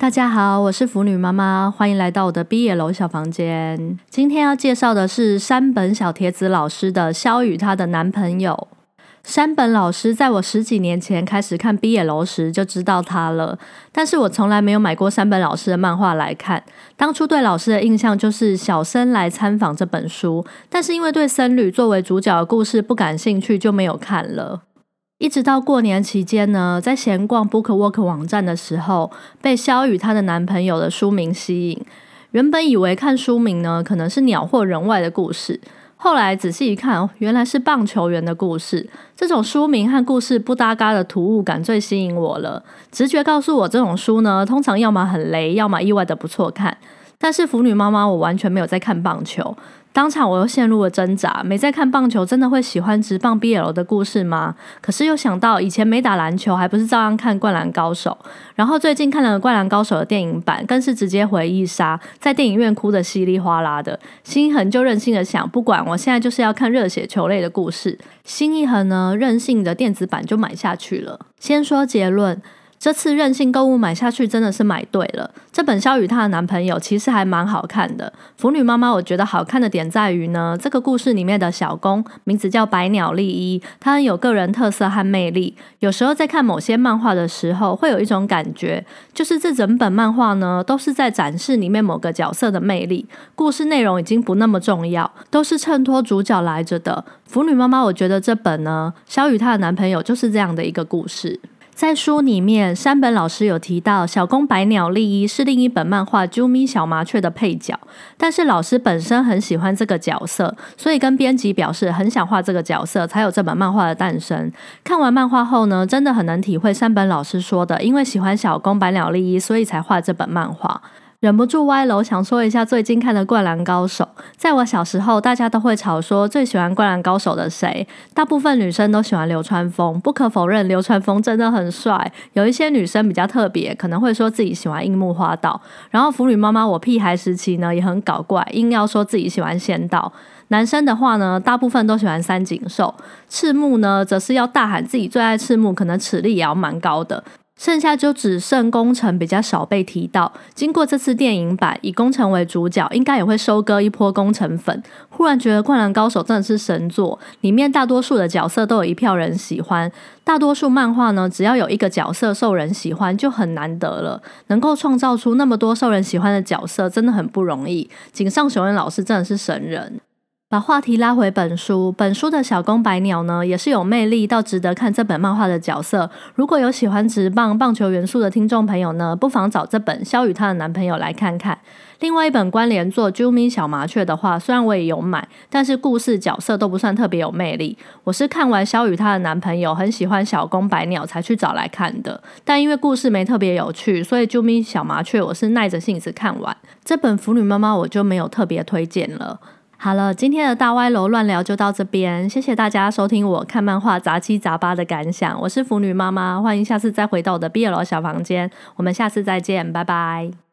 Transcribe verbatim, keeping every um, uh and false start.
大家好，我是腐女妈妈，欢迎来到我的 B L 小房间。今天要介绍的是山本小铁子老师的萧与她的男朋友。山本老师在我十几年前开始看 B L 时就知道他了，但是我从来没有买过山本老师的漫画来看。当初对老师的印象就是小生来参访这本书，但是因为对僧侣作为主角的故事不感兴趣，就没有看了。一直到过年期间呢，在闲逛 BookWalk 网站的时候，被萧与她的男朋友的书名吸引。原本以为看书名呢，可能是鸟或人外的故事，后来仔细一看，原来是棒球员的故事。这种书名和故事不搭嘎的突兀感最吸引我了。直觉告诉我，这种书呢，通常要么很雷，要么意外的不错看。但是腐女妈妈我完全没有在看棒球，当场我又陷入了挣扎，没在看棒球真的会喜欢职棒 B L 的故事吗？可是又想到以前没打篮球还不是照样看灌篮高手，然后最近看了灌篮高手的电影版，更是直接回忆杀，在电影院哭得稀里哗啦的。心一横就任性的想，不管，我现在就是要看热血球类的故事。心一横呢，任性的电子版就买下去了。先说结论，这次任性购物买下去真的是买对了。这本萧与她的男朋友其实还蛮好看的。腐女妈妈我觉得好看的点在于呢，这个故事里面的小公名字叫百鸟利一，他很有个人特色和魅力。有时候在看某些漫画的时候，会有一种感觉，就是这整本漫画呢都是在展示里面某个角色的魅力，故事内容已经不那么重要，都是衬托主角来着的。腐女妈妈我觉得这本呢，萧与她的男朋友就是这样的一个故事。在书里面，山本老师有提到小公百鸟利一是另一本漫画《啾咪小麻雀》的配角，但是老师本身很喜欢这个角色，所以跟编辑表示很想画这个角色，才有这本漫画的诞生。看完漫画后呢，真的很能体会山本老师说的，因为喜欢小公百鸟利一，所以才画这本漫画。忍不住歪楼想说一下最近看的《灌篮高手》。在我小时候，大家都会吵说最喜欢《灌篮高手》的谁，大部分女生都喜欢流川枫。不可否认，流川枫真的很帅。有一些女生比较特别，可能会说自己喜欢樱木花道。然后腐女妈妈我屁孩时期呢也很搞怪，硬要说自己喜欢仙道。男生的话呢，大部分都喜欢三井寿。赤木呢，则是要大喊自己最爱赤木，可能齿力也要蛮高的。剩下就只剩宫城比较少被提到。经过这次电影版，以宫城为主角，应该也会收割一波宫城粉。忽然觉得《灌篮高手》真的是神作，里面大多数的角色都有一票人喜欢。大多数漫画呢，只要有一个角色受人喜欢就很难得了，能够创造出那么多受人喜欢的角色真的很不容易。井上雄彦老师真的是神人。把话题拉回本书，本书的小公百鸟呢，也是有魅力到值得看这本漫画的角色。如果有喜欢职棒棒球元素的听众朋友呢，不妨找这本萧与她的男朋友来看看。另外一本关联作《啾咪小麻雀》的话，虽然我也有买，但是故事角色都不算特别有魅力。我是看完萧与她的男朋友很喜欢小公百鸟才去找来看的，但因为故事没特别有趣，所以《啾咪小麻雀》我是耐着性子看完。这本腐女妈妈我就没有特别推荐了。好了，今天的大歪楼乱聊就到这边，谢谢大家收听我看漫画杂七杂八的感想。我是腐女妈妈，欢迎下次再回到我的 B L 小房间，我们下次再见，拜拜。